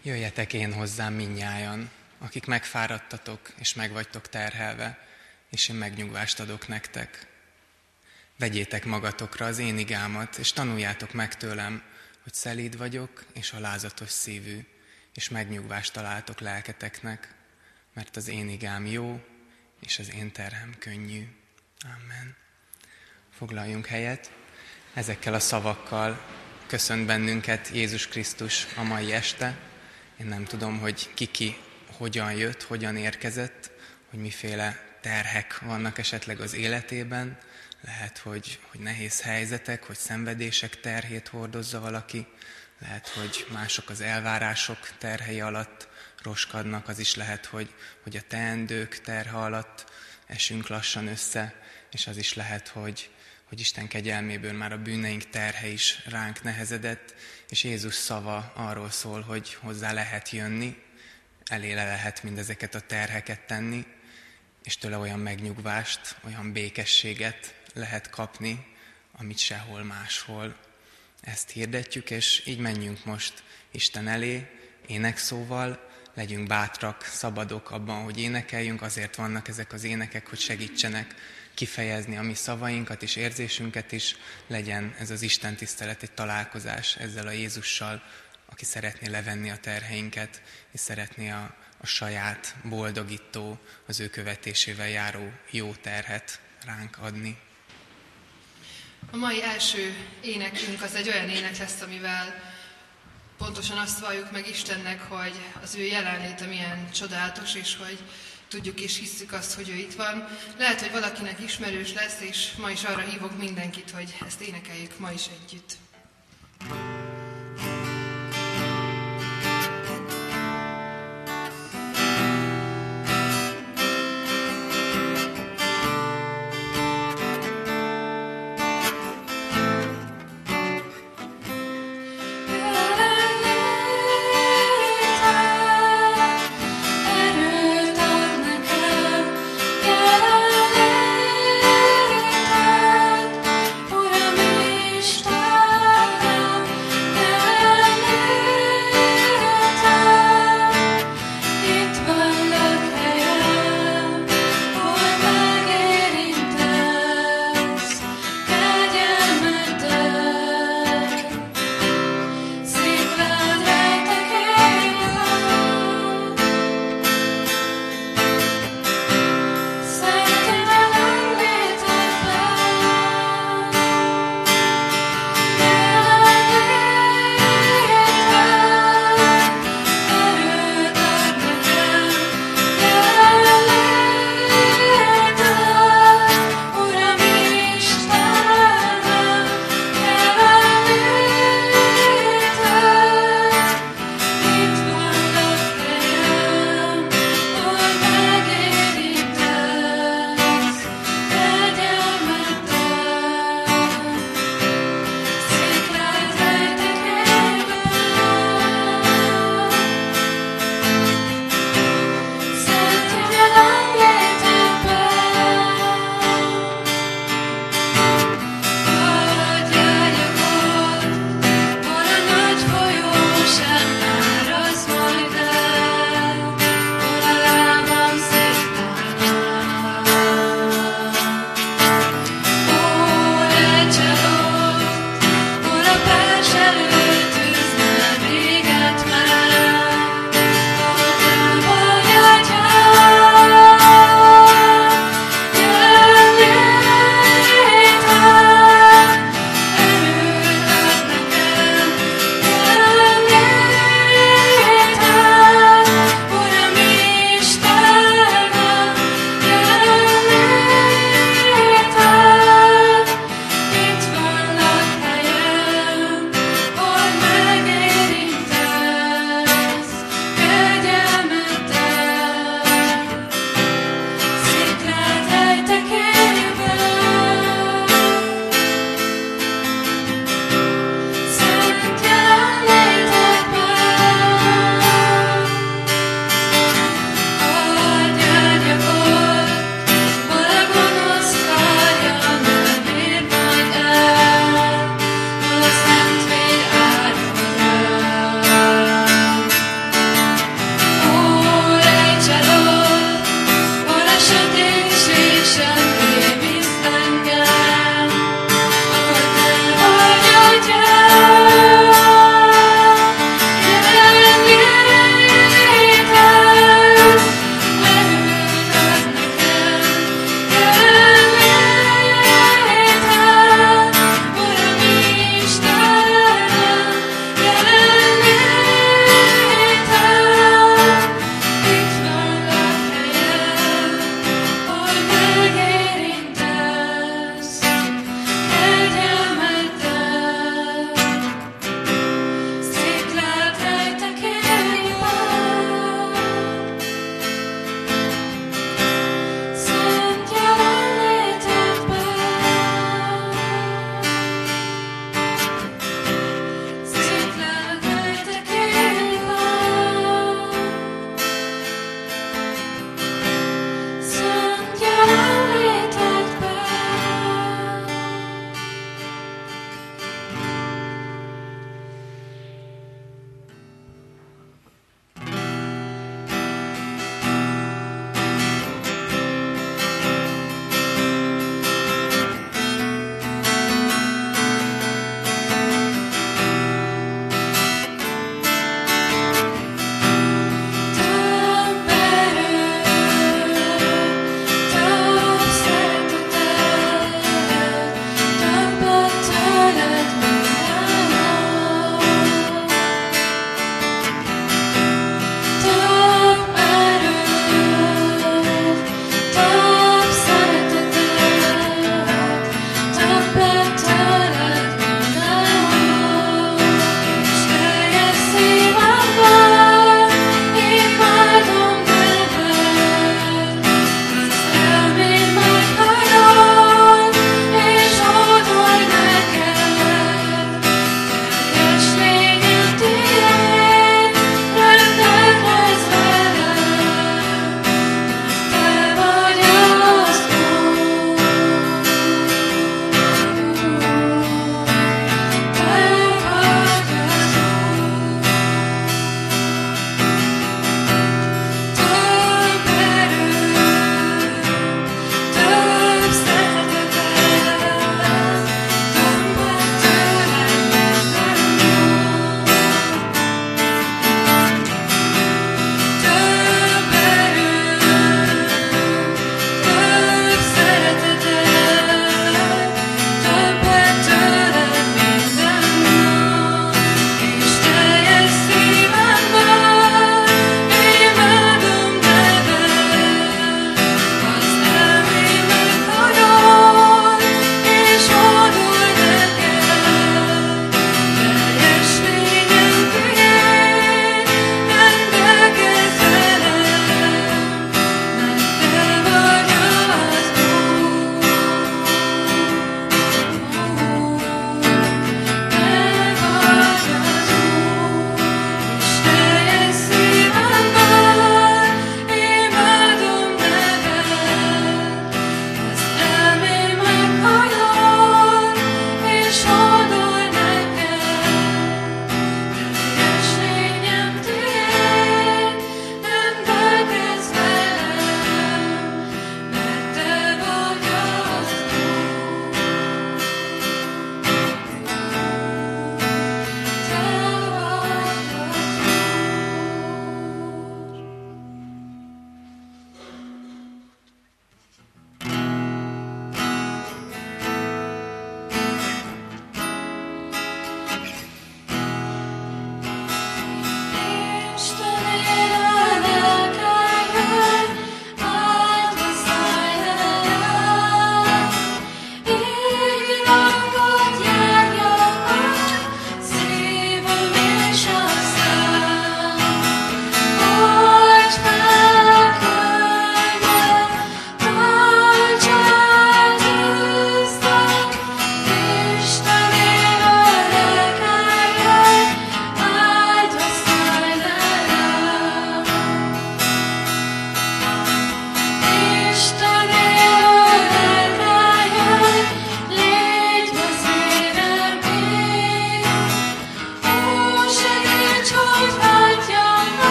Jöjjetek én hozzám mindnyájan, akik megfáradtatok és meg vagytok terhelve, és én megnyugvást adok nektek. Vegyétek magatokra az én igámat, és tanuljátok meg tőlem, hogy szelíd vagyok és alázatos szívű, és megnyugvást találtok lelketeknek, mert az én igám jó, és az én terhem könnyű. Amen. Foglaljunk helyet. Ezekkel a szavakkal köszönt bennünket Jézus Krisztus a mai este. Én nem tudom, hogy ki hogyan jött, hogyan érkezett, hogy miféle terhek vannak esetleg az életében. Lehet, hogy nehéz helyzetek, hogy szenvedések terhét hordozza valaki. Lehet, hogy mások az elvárások terhei alatt roskadnak. Az is lehet, hogy a teendők terhe alatt esünk lassan össze. És az is lehet, hogy Isten kegyelméből már a bűneink terhe is ránk nehezedett, és Jézus szava arról szól, hogy hozzá lehet jönni, elé le lehet mindezeket a terheket tenni, és tőle olyan megnyugvást, olyan békességet lehet kapni, amit sehol máshol. Ezt hirdetjük, és így menjünk most Isten elé, énekszóval, legyünk bátrak, szabadok abban, hogy énekeljünk, azért vannak ezek az énekek, hogy segítsenek kifejezni a mi szavainkat és érzésünket is, legyen ez az Isten tisztelet egy találkozás ezzel a Jézussal, aki szeretné levenni a terheinket, és szeretné a saját boldogító, az ő követésével járó jó terhet ránk adni. A mai első énekünk az egy olyan ének lesz, amivel pontosan azt valljuk meg Istennek, hogy az ő jelenléte milyen csodálatos, és hogy tudjuk és hisszük azt, hogy ő itt van. Lehet, hogy valakinek ismerős lesz, és ma is arra hívok mindenkit, hogy ezt énekeljük ma is együtt. Uram Istenem,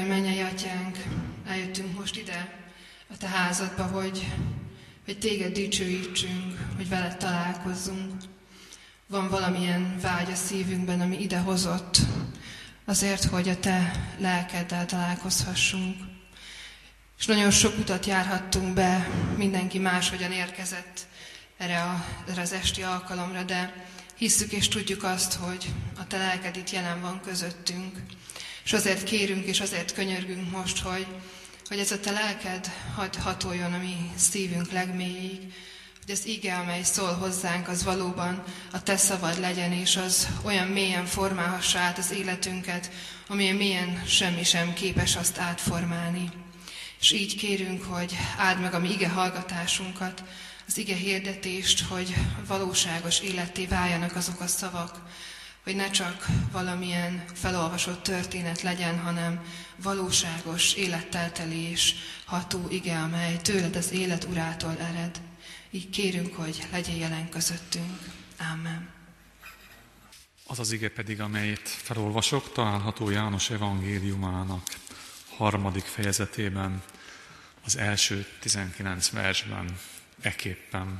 drága mennyei atyánk, eljöttünk most ide a te házadba, hogy téged dicsőítsünk, hogy veled találkozzunk. Van valamilyen vágy a szívünkben, ami ide hozott, azért, hogy a te lelkeddel találkozhassunk. És nagyon sok utat járhattunk be, mindenki máshogyan érkezett erre az esti alkalomra, de hisszük és tudjuk azt, hogy a te lelked itt jelen van közöttünk. És azért kérünk és azért könyörgünk most, hogy ez a te lelked hadd hatoljon a mi szívünk legmélyig, hogy az ige, amely szól hozzánk, az valóban a te szavad legyen, és az olyan mélyen formálhassa át az életünket, amilyen mélyen semmi sem képes azt átformálni. És így kérünk, hogy áld meg a mi ige hallgatásunkat, az ige hirdetést, hogy valóságos életté váljanak azok a szavak, hogy ne csak valamilyen felolvasott történet legyen, hanem valóságos, élettel teli és ható ige, amely tőled az élet urától ered. Így kérünk, hogy legyél jelen közöttünk. Ámen. Az az ige pedig, amelyet felolvasok, található János evangéliumának 3. fejezetében, az első 19 versben, ekképpen.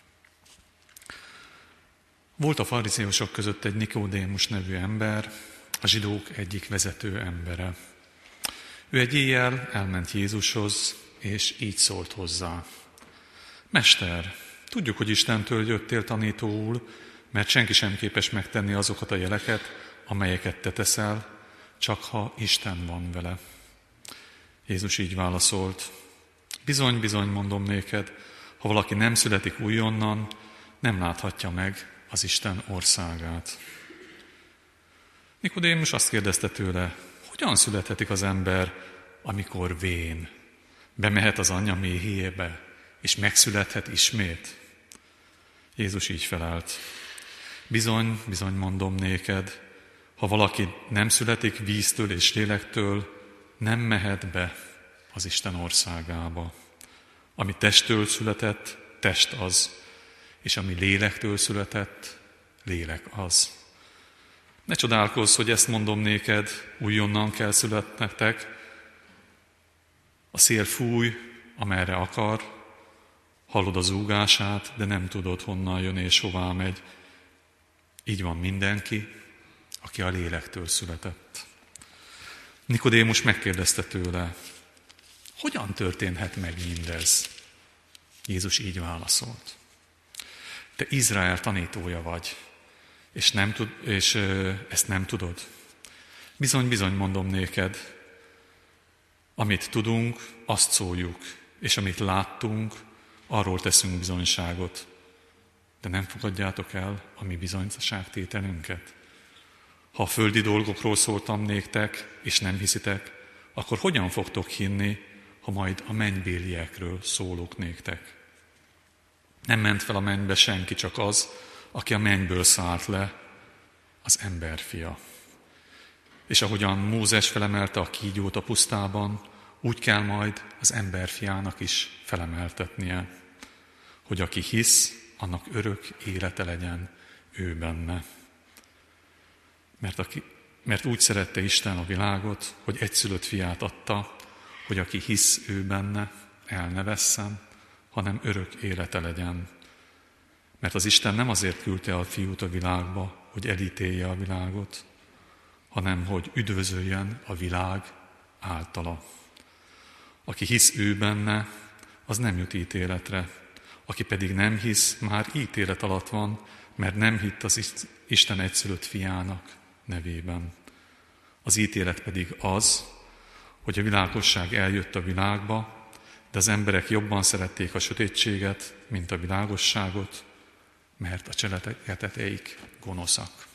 Volt a farizeusok között egy Nikodémus nevű ember, a zsidók egyik vezető embere. Ő egy éjjel elment Jézushoz, és így szólt hozzá. Mester, tudjuk, hogy Istentől jöttél tanítóul, mert senki sem képes megtenni azokat a jeleket, amelyeket te teszel, csak ha Isten van vele. Jézus így válaszolt. Bizony, bizony, mondom néked, ha valaki nem születik újonnan, nem láthatja meg az Isten országát. Nikodémus azt kérdezte tőle, hogyan születhetik az ember, amikor vén? Bemehet az anyja méhéjébe, és megszülethet ismét? Jézus így felelt. Bizony, bizony, mondom néked, ha valaki nem születik víztől és lélektől, nem mehet be az Isten országába. Ami testtől született, test az, és ami lélektől született, lélek az. Ne csodálkozz, hogy ezt mondom néked, újonnan kell születnetek. A szél fúj, amerre akar, hallod a zúgását, de nem tudod, honnan jön és hová megy. Így van mindenki, aki a lélektől született. Nikodémus megkérdezte tőle, hogyan történhet meg mindez? Jézus így válaszolt. Te Izrael tanítója vagy, és ezt nem tudod. Bizony, bizony, mondom néked, amit tudunk, azt szóljuk, és amit láttunk, arról teszünk bizonyságot. De nem fogadjátok el a mi bizonyságtételünket. Ha a földi dolgokról szóltam néktek, és nem hiszitek, akkor hogyan fogtok hinni, ha majd a mennybéliekről szólok néktek? Nem ment fel a mennybe senki, csak az, aki a mennyből szállt le, az emberfia. És ahogyan Mózes felemelte a kígyót a pusztában, úgy kell majd az emberfiának is felemeltetnie, hogy aki hisz, annak örök élete legyen ő benne. Mert úgy szerette Isten a világot, hogy egyszülött fiát adta, hogy aki hisz ő benne, el ne vesszen, hanem örök élete legyen. Mert az Isten nem azért küldte a fiút a világba, hogy elítélje a világot, hanem hogy üdvözöljen a világ általa. Aki hisz ő benne, az nem jut ítéletre. Aki pedig nem hisz, már ítélet alatt van, mert nem hitt az Isten egyszülött fiának nevében. Az ítélet pedig az, hogy a világosság eljött a világba, de az emberek jobban szerették a sötétséget, mint a világosságot, mert a cselekedeteik gonoszak.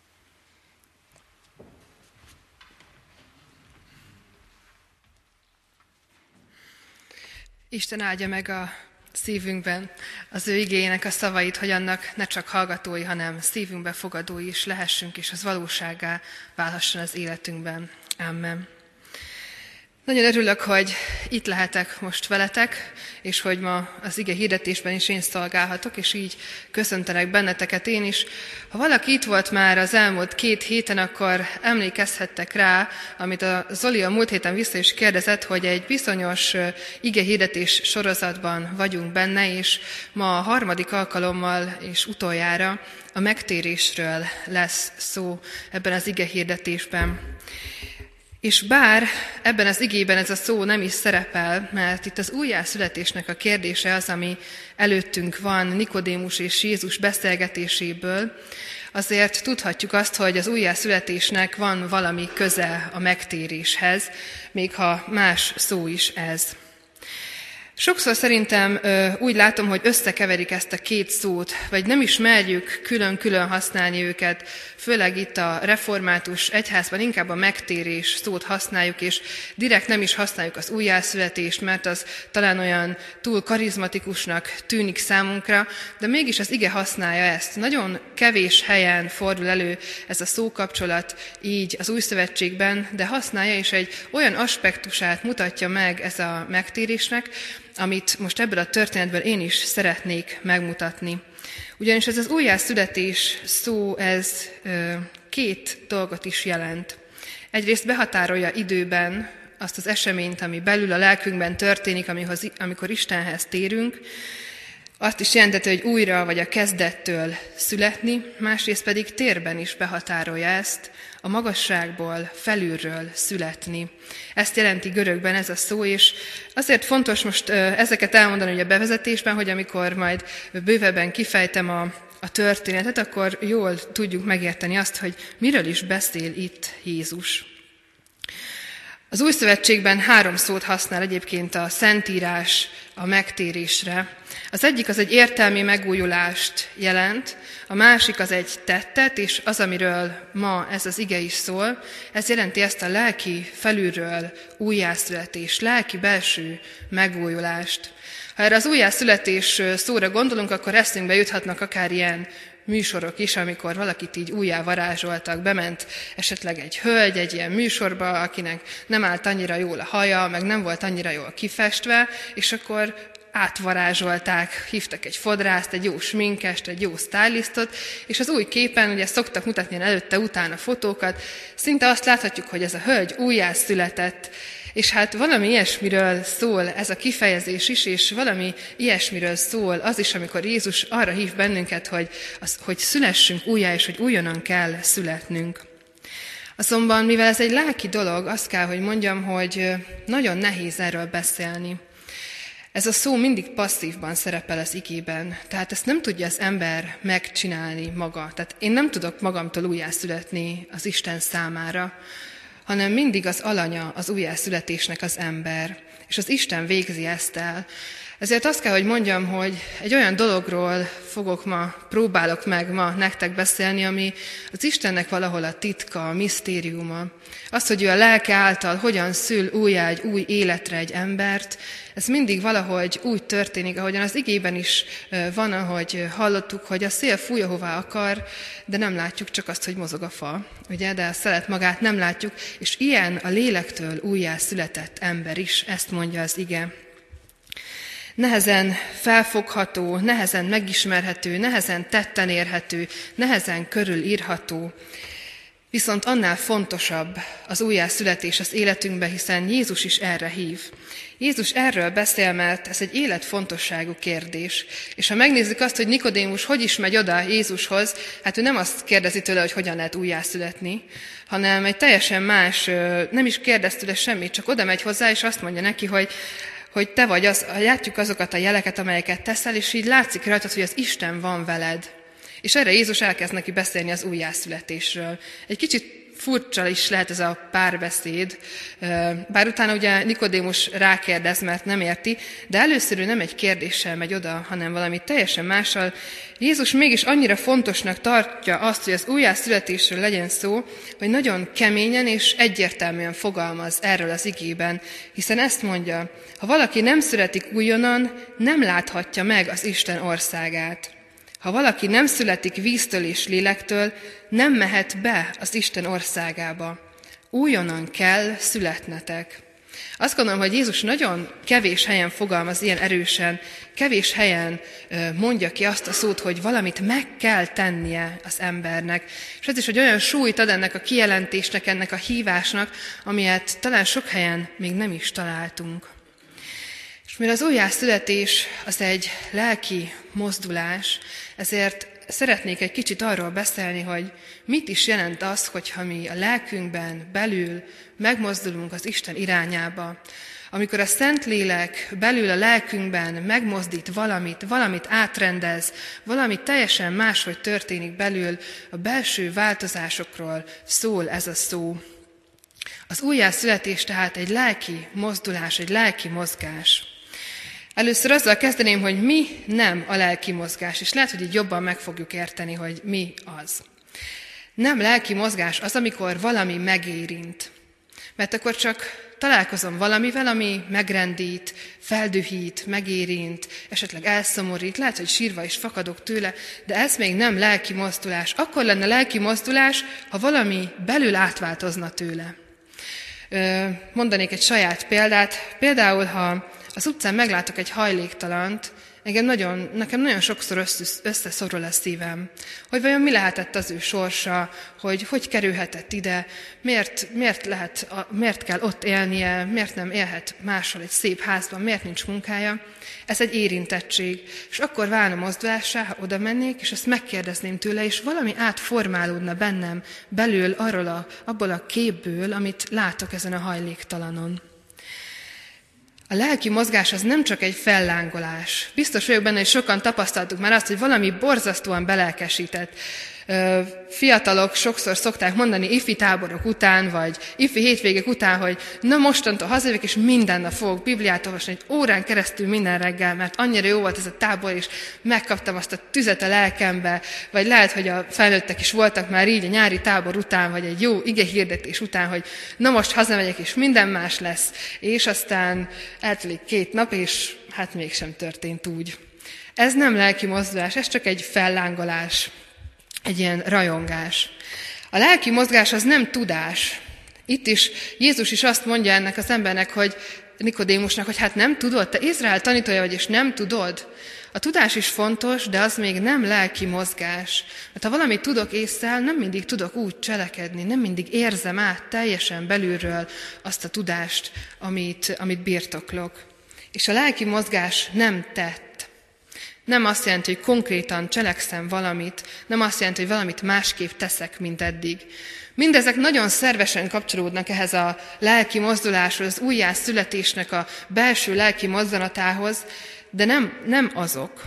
Isten áldja meg a szívünkben az ő igéjének a szavait, hogy annak ne csak hallgatói, hanem szívünkbe fogadói is lehessünk, és az valósággá válhasson az életünkben. Amen. Nagyon örülök, hogy itt lehetek most veletek, és hogy ma az ige hirdetésben is én szolgálhatok, és így köszöntelek benneteket én is. Ha valaki itt volt már az elmúlt 2 héten, akkor emlékezhettek rá, amit a Zoli a múlt héten vissza is kérdezett, hogy egy bizonyos ige hirdetés sorozatban vagyunk benne, és ma a 3. alkalommal és utoljára a megtérésről lesz szó ebben az ige hirdetésben. És bár ebben az igében ez a szó nem is szerepel, mert itt az újjászületésnek a kérdése az, ami előttünk van Nikodémus és Jézus beszélgetéséből, azért tudhatjuk azt, hogy az újjászületésnek van valami köze a megtéréshez, még ha más szó is ez. Sokszor szerintem úgy látom, hogy összekeverik ezt a 2 szót, vagy nem is merjük külön-külön használni őket, főleg itt a református egyházban inkább a megtérés szót használjuk, és direkt nem is használjuk az újjászületést, mert az talán olyan túl karizmatikusnak tűnik számunkra, de mégis az ige használja ezt. Nagyon kevés helyen fordul elő ez a szókapcsolat így az új szövetségben, de használja, és egy olyan aspektusát mutatja meg ez a megtérésnek, amit most ebből a történetből én is szeretnék megmutatni. Ugyanis ez az újjászületés szó, ez 2 dolgot is jelent. Egyrészt behatárolja időben azt az eseményt, ami belül a lelkünkben történik, amikor Istenhez térünk, azt is jelenteti, hogy újra vagy a kezdettől születni, másrészt pedig térben is behatárolja ezt, a magasságból, felülről születni. Ezt jelenti görögben ez a szó, és azért fontos most ezeket elmondani hogy a bevezetésben, hogy amikor majd bővebben kifejtem a történetet, akkor jól tudjuk megérteni azt, hogy miről is beszél itt Jézus. Az Új Szövetségben 3 szót használ egyébként a Szentírás a megtérésre. Az egyik az egy értelmi megújulást jelent, a másik az egy tettet, és az, amiről ma ez az ige is szól, ez jelenti ezt a lelki felülről újjászületést, lelki belső megújulást. Ha erre az újjászületés szóra gondolunk, akkor eszünkbe juthatnak akár ilyen műsorok is, amikor valakit így újjá varázsoltak, bement esetleg egy hölgy egy ilyen műsorba, akinek nem állt annyira jól a haja, meg nem volt annyira jól kifestve, és akkor átvarázsolták, hívtak egy fodrászt, egy jó sminkest, egy jó stylistot, és az új képen, ugye szoktak mutatni előtte-utána fotókat, szinte azt láthatjuk, hogy ez a hölgy újjászületett, és hát valami ilyesmiről szól ez a kifejezés is, és valami ilyesmiről szól az is, amikor Jézus arra hív bennünket, hogy szülessünk újjá, és hogy újonnan kell születnünk. Azonban, mivel ez egy lelki dolog, azt kell, hogy mondjam, hogy nagyon nehéz erről beszélni. Ez a szó mindig passzívban szerepel az igében, tehát ezt nem tudja az ember megcsinálni maga. Tehát én nem tudok magamtól újjászületni az Isten számára, hanem mindig az alanya az újjászületésnek az ember, és az Isten végzi ezt el. Ezért azt kell, hogy mondjam, hogy egy olyan dologról próbálok meg ma nektek beszélni, ami az Istennek valahol a titka, a misztériuma. Az, hogy ő a lelke által hogyan szül újjá egy új életre egy embert, ez mindig valahogy úgy történik, ahogyan az igében is van, ahogy hallottuk, hogy a szél fúj, ahová akar, de nem látjuk csak azt, hogy mozog a fa, ugye? De a szelet magát nem látjuk, és ilyen a lélektől újjá született ember is, ezt mondja az ige. Nehezen felfogható, nehezen megismerhető, nehezen tetten érhető, nehezen körülírható. Viszont annál fontosabb az újjászületés az életünkben, hiszen Jézus is erre hív. Jézus erről beszél, mert ez egy életfontosságú kérdés. És ha megnézzük azt, hogy Nikodémus hogy is megy oda Jézushoz, hát ő nem azt kérdezi tőle, hogy hogyan lehet újjászületni, hanem egy teljesen más, nem is kérdez tőle semmit, csak oda megy hozzá, és azt mondja neki, hogy te vagy az, látjuk azokat a jeleket, amelyeket teszel, és így látszik rajtad, hogy az Isten van veled. És erre Jézus elkezd neki beszélni az újjászületésről. Egy kicsit furcsa is lehet ez a párbeszéd, bár utána ugye Nikodémus rákérdez, mert nem érti, de először ő nem egy kérdéssel megy oda, hanem valami teljesen mással. Jézus mégis annyira fontosnak tartja azt, hogy az újjászületésről legyen szó, hogy nagyon keményen és egyértelműen fogalmaz erről az igében, hiszen ezt mondja, ha valaki nem születik újonnan, nem láthatja meg az Isten országát. Ha valaki nem születik víztől és lélektől, nem mehet be az Isten országába. Újonnan kell születnetek. Azt gondolom, hogy Jézus nagyon kevés helyen fogalmaz ilyen erősen, kevés helyen mondja ki azt a szót, hogy valamit meg kell tennie az embernek. És ez is, hogy olyan súlyt ad ennek a kijelentésnek, ennek a hívásnak, amilyet talán sok helyen még nem is találtunk. És mivel az újjászületés az egy lelki mozdulás, ezért szeretnék egy kicsit arról beszélni, hogy mit is jelent az, hogyha mi a lelkünkben belül megmozdulunk az Isten irányába. Amikor a Szentlélek belül a lelkünkben megmozdít valamit átrendez, valami teljesen máshogy történik belül, a belső változásokról szól ez a szó. Az újjászületés tehát egy lelki mozdulás, egy lelki mozgás. Először azzal kezdeném, hogy mi nem a lelki mozgás, és lehet, hogy így jobban meg fogjuk érteni, hogy mi az. Nem lelki mozgás az, amikor valami megérint. Mert akkor csak találkozom valamivel, ami megrendít, feldühít, megérint, esetleg elszomorít, lehet, hogy sírva is fakadok tőle, de ez még nem lelki mozdulás. Akkor lenne lelki mozdulás, ha valami belül átváltozna tőle. Mondanék egy saját példát. Például, ha az utcán meglátok egy hajléktalant, nekem nagyon sokszor összeszorul a szívem, hogy vajon mi lehetett az ő sorsa, hogy kerülhetett ide, miért kell ott élnie, miért nem élhet máshol egy szép házban, miért nincs munkája. Ez egy érintettség. És akkor válna mozdulássá, ha oda mennék, és ezt megkérdezném tőle, és valami átformálódna bennem belül abból a képből, amit látok ezen a hajléktalanon. A lelki mozgás az nem csak egy fellángolás. Biztos vagyok benne, hogy sokan tapasztaltuk már azt, hogy valami borzasztóan belelkesített. Fiatalok sokszor szokták mondani ifi táborok után, vagy ifi hétvégek után, hogy na mostantól hazajövök, és minden nap fogok Bibliát olvasni, egy órán keresztül minden reggel, mert annyira jó volt ez a tábor, és megkaptam azt a tüzet a lelkembe, vagy lehet, hogy a felnőttek is voltak már így a nyári tábor után, vagy egy jó igehirdetés után, hogy na most hazamegyek, és minden más lesz, és aztán eltelik 2 nap, és hát mégsem történt úgy. Ez nem lelki mozdulás, ez csak egy fellángolás. Egy ilyen rajongás. A lelki mozgás az nem tudás. Itt is Jézus is azt mondja ennek az embernek, hogy Nikodémusnak, hogy hát nem tudod, te Izrael tanítója vagy, és nem tudod. A tudás is fontos, de az még nem lelki mozgás. Mert ha valamit tudok ésszel, nem mindig tudok úgy cselekedni, nem mindig érzem át teljesen belülről azt a tudást, amit birtoklok. És a lelki mozgás nem tett. Nem azt jelenti, hogy konkrétan cselekszem valamit, nem azt jelenti, hogy valamit másképp teszek, mint eddig. Mindezek nagyon szervesen kapcsolódnak ehhez a lelki mozduláshoz, az újjászületésnek a belső lelki mozzanatához, de nem azok.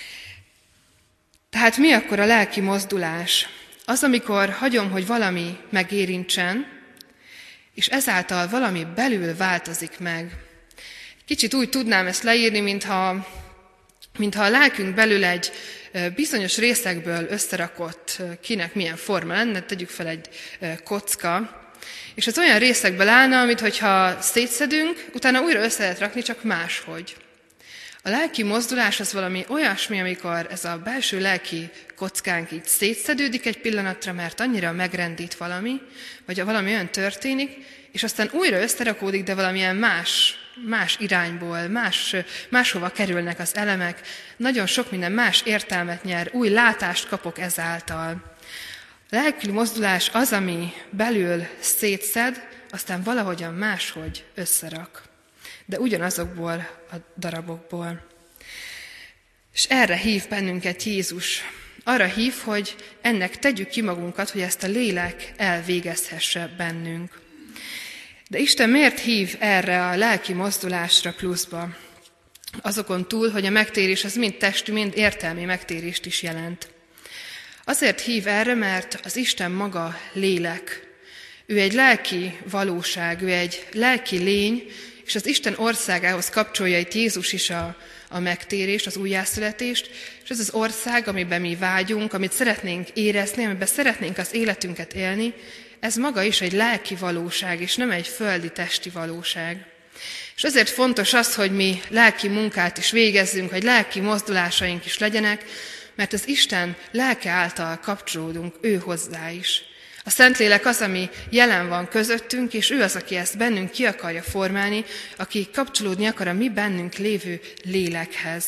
Tehát mi akkor a lelki mozdulás? Az, amikor hagyom, hogy valami megérintsen, és ezáltal valami belül változik meg. Kicsit úgy tudnám ezt leírni, mintha a lelkünk belül egy bizonyos részekből összerakott, kinek milyen forma lenne, tegyük fel egy kocka, és az olyan részekből állna, amit hogyha szétszedünk, utána újra össze lehet rakni, csak máshogy. A lelki mozdulás az valami olyasmi, amikor ez a belső lelki kockánk így szétszedődik egy pillanatra, mert annyira megrendít valami, vagy valami olyan történik, és aztán újra összerakódik, de valamilyen más irányból, máshova kerülnek az elemek, nagyon sok minden más értelmet nyer, új látást kapok ezáltal. A lelki mozdulás az, ami belül szétszed, aztán valahogyan máshogy összerak, de ugyanazokból a darabokból. És erre hív bennünket Jézus. Arra hív, hogy ennek tegyük ki magunkat, hogy ezt a lélek elvégezhesse bennünk. De Isten miért hív erre a lelki mozdulásra pluszba? Azokon túl, hogy a megtérés az mind testi, mind értelmi megtérést is jelent. Azért hív erre, mert az Isten maga lélek. Ő egy lelki valóság, ő egy lelki lény, és az Isten országához kapcsolja itt Jézus is a megtérést, az újjászületést, és ez az ország, amiben mi vágyunk, amit szeretnénk érezni, amiben szeretnénk az életünket élni, ez maga is egy lelki valóság, és nem egy földi testi valóság. És azért fontos az, hogy mi lelki munkát is végezzünk, hogy lelki mozdulásaink is legyenek, mert az Isten lelke által kapcsolódunk ő hozzá is. A Szentlélek az, ami jelen van közöttünk, és ő az, aki ezt bennünk ki akarja formálni, aki kapcsolódni akar a mi bennünk lévő lélekhez.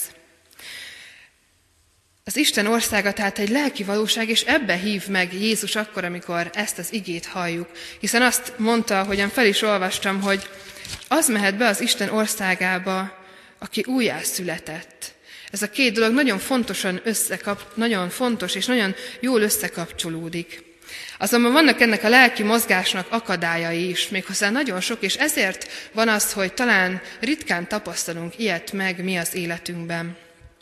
Az Isten országa tehát egy lelki valóság, és ebbe hív meg Jézus akkor, amikor ezt az igét halljuk. Hiszen azt mondta, ahogyan fel is olvastam, hogy az mehet be az Isten országába, aki újjászületett. Ez a két dolog nagyon fontos és nagyon jól összekapcsolódik. Azonban vannak ennek a lelki mozgásnak akadályai is, méghozzá nagyon sok, és ezért van az, hogy talán ritkán tapasztalunk ilyet meg mi az életünkben.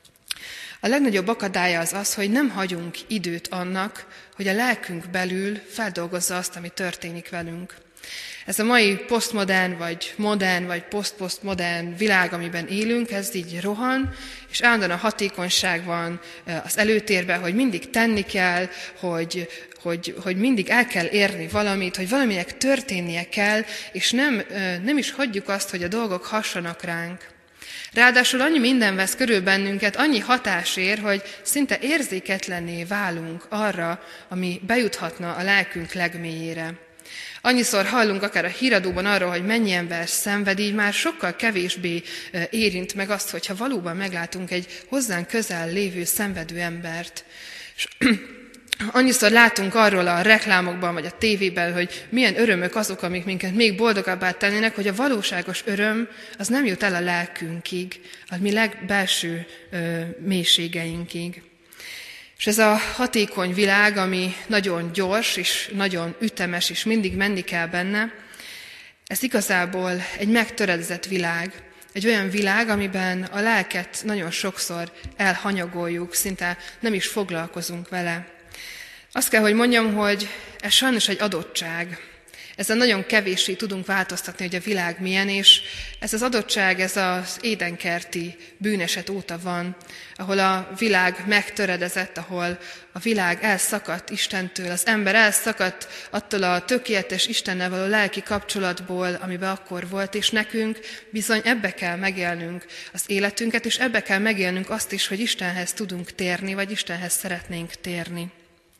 A legnagyobb akadálya az, hogy nem hagyunk időt annak, hogy a lelkünk belül feldolgozza azt, ami történik velünk. Ez a mai posztmodern, vagy modern, vagy posztmodern világ, amiben élünk, ez így rohan, és állandóan a hatékonyság van az előtérben, hogy mindig tenni kell, hogy mindig el kell érni valamit, hogy valaminek történnie kell, és nem is hagyjuk azt, hogy a dolgok hassanak ránk. Ráadásul annyi minden vesz körül bennünket, annyi hatás ér, hogy szinte érzéketlenné válunk arra, ami bejuthatna a lelkünk legmélyére. Annyiszor hallunk akár a híradóban arról, hogy mennyi ember szenved, így már sokkal kevésbé érint meg azt, hogyha valóban meglátunk egy hozzánk közel lévő szenvedő embert. És annyiszor látunk arról a reklámokban, vagy a tévében, hogy milyen örömök azok, amik minket még boldogabbá tennének, hogy a valóságos öröm az nem jut el a lelkünkig, a mi legbelső mélységeinkig. És ez a hatékony világ, ami nagyon gyors, és nagyon ütemes, és mindig menni kell benne, ez igazából egy megtöredezett világ. Egy olyan világ, amiben a lelket nagyon sokszor elhanyagoljuk, szinte nem is foglalkozunk vele. Azt kell, hogy mondjam, hogy ez sajnos egy adottság. Ezzel nagyon kevéssé tudunk változtatni, hogy a világ milyen, és ez az adottság, ez az édenkerti bűneset óta van, ahol a világ megtöredezett, ahol a világ elszakadt Istentől, az ember elszakadt attól a tökéletes Istennel való lelki kapcsolatból, amiben akkor volt, és nekünk bizony ebbe kell megélnünk az életünket, és ebbe kell megélnünk azt is, hogy Istenhez tudunk térni, vagy Istenhez szeretnénk térni.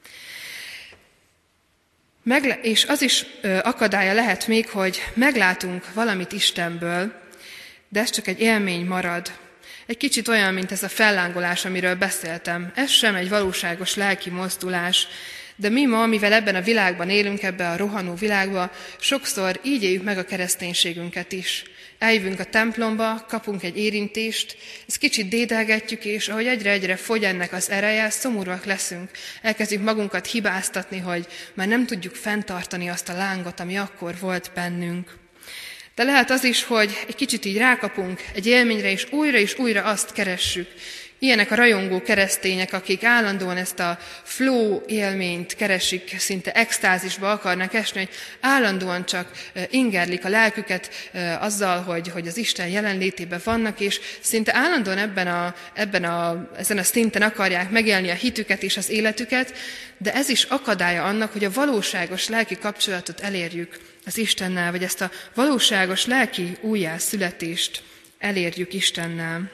És az is akadálya lehet még, hogy meglátunk valamit Istenből, de ez csak egy élmény marad. Egy kicsit olyan, mint ez a fellángolás, amiről beszéltem. Ez sem egy valóságos lelki mozdulás, de mi ma, mivel ebben a világban élünk, ebben a rohanó világban, sokszor így éljük meg a kereszténységünket is. Eljövünk a templomba, kapunk egy érintést, ezt kicsit dédelgetjük, és ahogy egyre fogy ennek az ereje, szomorúak leszünk. Elkezdjük magunkat hibáztatni, hogy már nem tudjuk fenntartani azt a lángot, ami akkor volt bennünk. De lehet az is, hogy egy kicsit így rákapunk egy élményre, és újra azt keressük. Ilyenek a rajongó keresztények, akik állandóan ezt a flow élményt keresik, szinte extázisba akarnak esni, hogy állandóan csak ingerlik a lelküket azzal, hogy az Isten jelenlétében vannak, és szinte állandóan ezen a szinten akarják megélni a hitüket és az életüket, de ez is akadálya annak, hogy a valóságos lelki kapcsolatot elérjük az Istennel, vagy ezt a valóságos lelki újjászületést elérjük Istennel.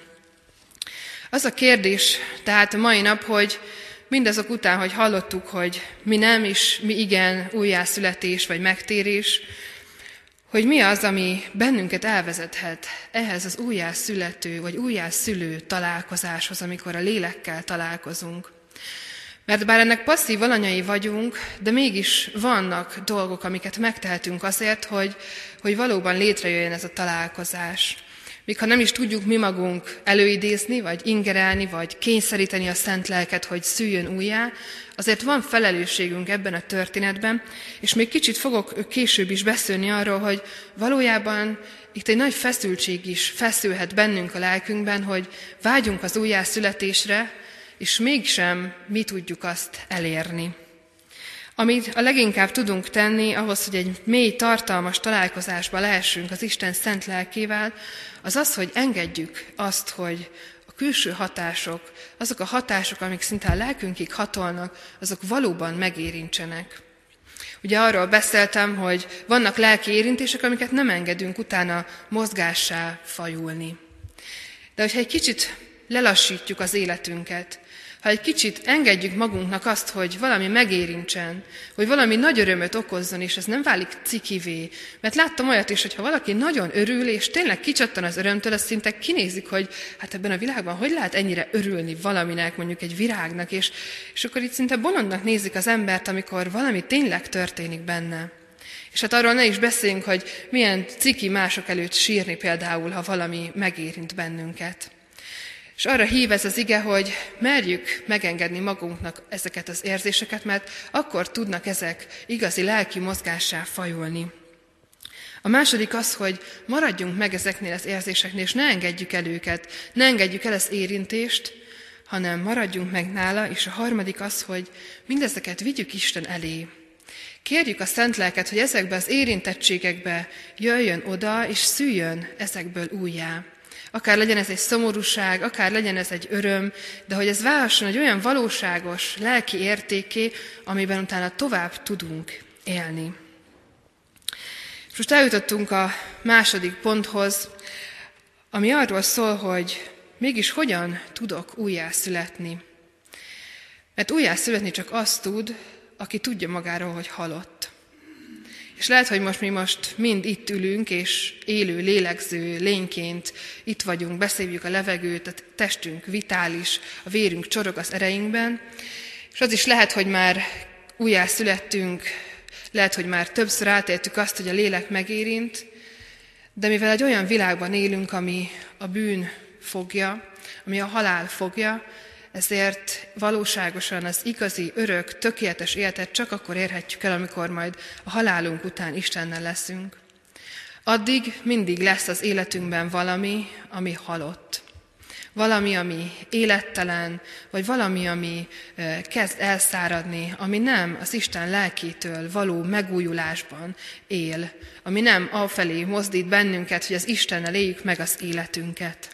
Az a kérdés tehát a mai nap, hogy mindazok után, hogy hallottuk, hogy mi nem, és mi igen, újjászületés vagy megtérés, hogy mi az, ami bennünket elvezethet ehhez az újjászülető vagy újjászülő találkozáshoz, amikor a lélekkel találkozunk. Mert bár ennek passzív alanyai vagyunk, de mégis vannak dolgok, amiket megtehetünk azért, hogy valóban létrejöjjön ez a találkozás. Míg ha nem is tudjuk mi magunk előidézni, vagy ingerelni, vagy kényszeríteni a szent lelket, hogy szüljön újjá, azért van felelősségünk ebben a történetben, és még kicsit fogok később is beszélni arról, hogy valójában itt egy nagy feszültség is feszülhet bennünk a lelkünkben, hogy vágyunk az újjászületésre, és mégsem mi tudjuk azt elérni. Amit a leginkább tudunk tenni ahhoz, hogy egy mély, tartalmas találkozásba lehessünk az Isten szent lelkével, az az, hogy engedjük azt, hogy a külső hatások, azok a hatások, amik szinte a lelkünkig hatolnak, azok valóban megérintsenek. Ugye arról beszéltem, hogy vannak lelki érintések, amiket nem engedünk utána mozgássá fajulni. De hogyha egy kicsit lelassítjuk az életünket, Ha egy kicsit engedjük magunknak azt, hogy valami megérintsen, hogy valami nagy örömöt okozzon, és ez nem válik cikivé. Mert láttam olyat is, hogy ha valaki nagyon örül, és tényleg kicsattan az örömtől, azt szinte kinézik, hogy hát ebben a világban hogy lehet ennyire örülni valaminek, mondjuk egy virágnak, és akkor itt szinte bolondnak nézik az embert, amikor valami tényleg történik benne. És hát arról ne is beszéljünk, hogy milyen ciki mások előtt sírni például, ha valami megérint bennünket. És arra hív ez az ige, hogy merjük megengedni magunknak ezeket az érzéseket, mert akkor tudnak ezek igazi lelki mozgássá fajulni. A második az, hogy maradjunk meg ezeknél az érzéseknél, és ne engedjük el őket, ne engedjük el az érintést, hanem maradjunk meg nála, és a harmadik az, hogy mindezeket vigyük Isten elé. Kérjük a Szent Lelket, hogy ezekbe az érintettségekbe jöjjön oda, és szüljön ezekből újjá. Akár legyen ez egy szomorúság, akár legyen ez egy öröm, de hogy ez válhasson egy olyan valóságos lelki értéké, amiben utána tovább tudunk élni. És most eljutottunk a második ponthoz, ami arról szól, hogy mégis hogyan tudok újjászületni. Mert újjászületni csak azt tud, aki tudja magáról, hogy halott. És lehet, hogy mi most mind itt ülünk, és élő, lélegző lényként itt vagyunk, beszéljük a levegőt, a testünk vitális, a vérünk csorog az ereinkben, és az is lehet, hogy már újjászülettünk, lehet, hogy már többször átéltük azt, hogy a lélek megérint, de mivel egy olyan világban élünk, ami a bűn fogja, ami a halál fogja, ezért valóságosan az igazi, örök, tökéletes életet csak akkor érhetjük el, amikor majd a halálunk után Istennel leszünk. Addig mindig lesz az életünkben valami, ami halott. Valami, ami élettelen, vagy valami, ami kezd elszáradni, ami nem az Isten lelkétől való megújulásban él, ami nem afelé mozdít bennünket, hogy az Istennel éljük meg az életünket.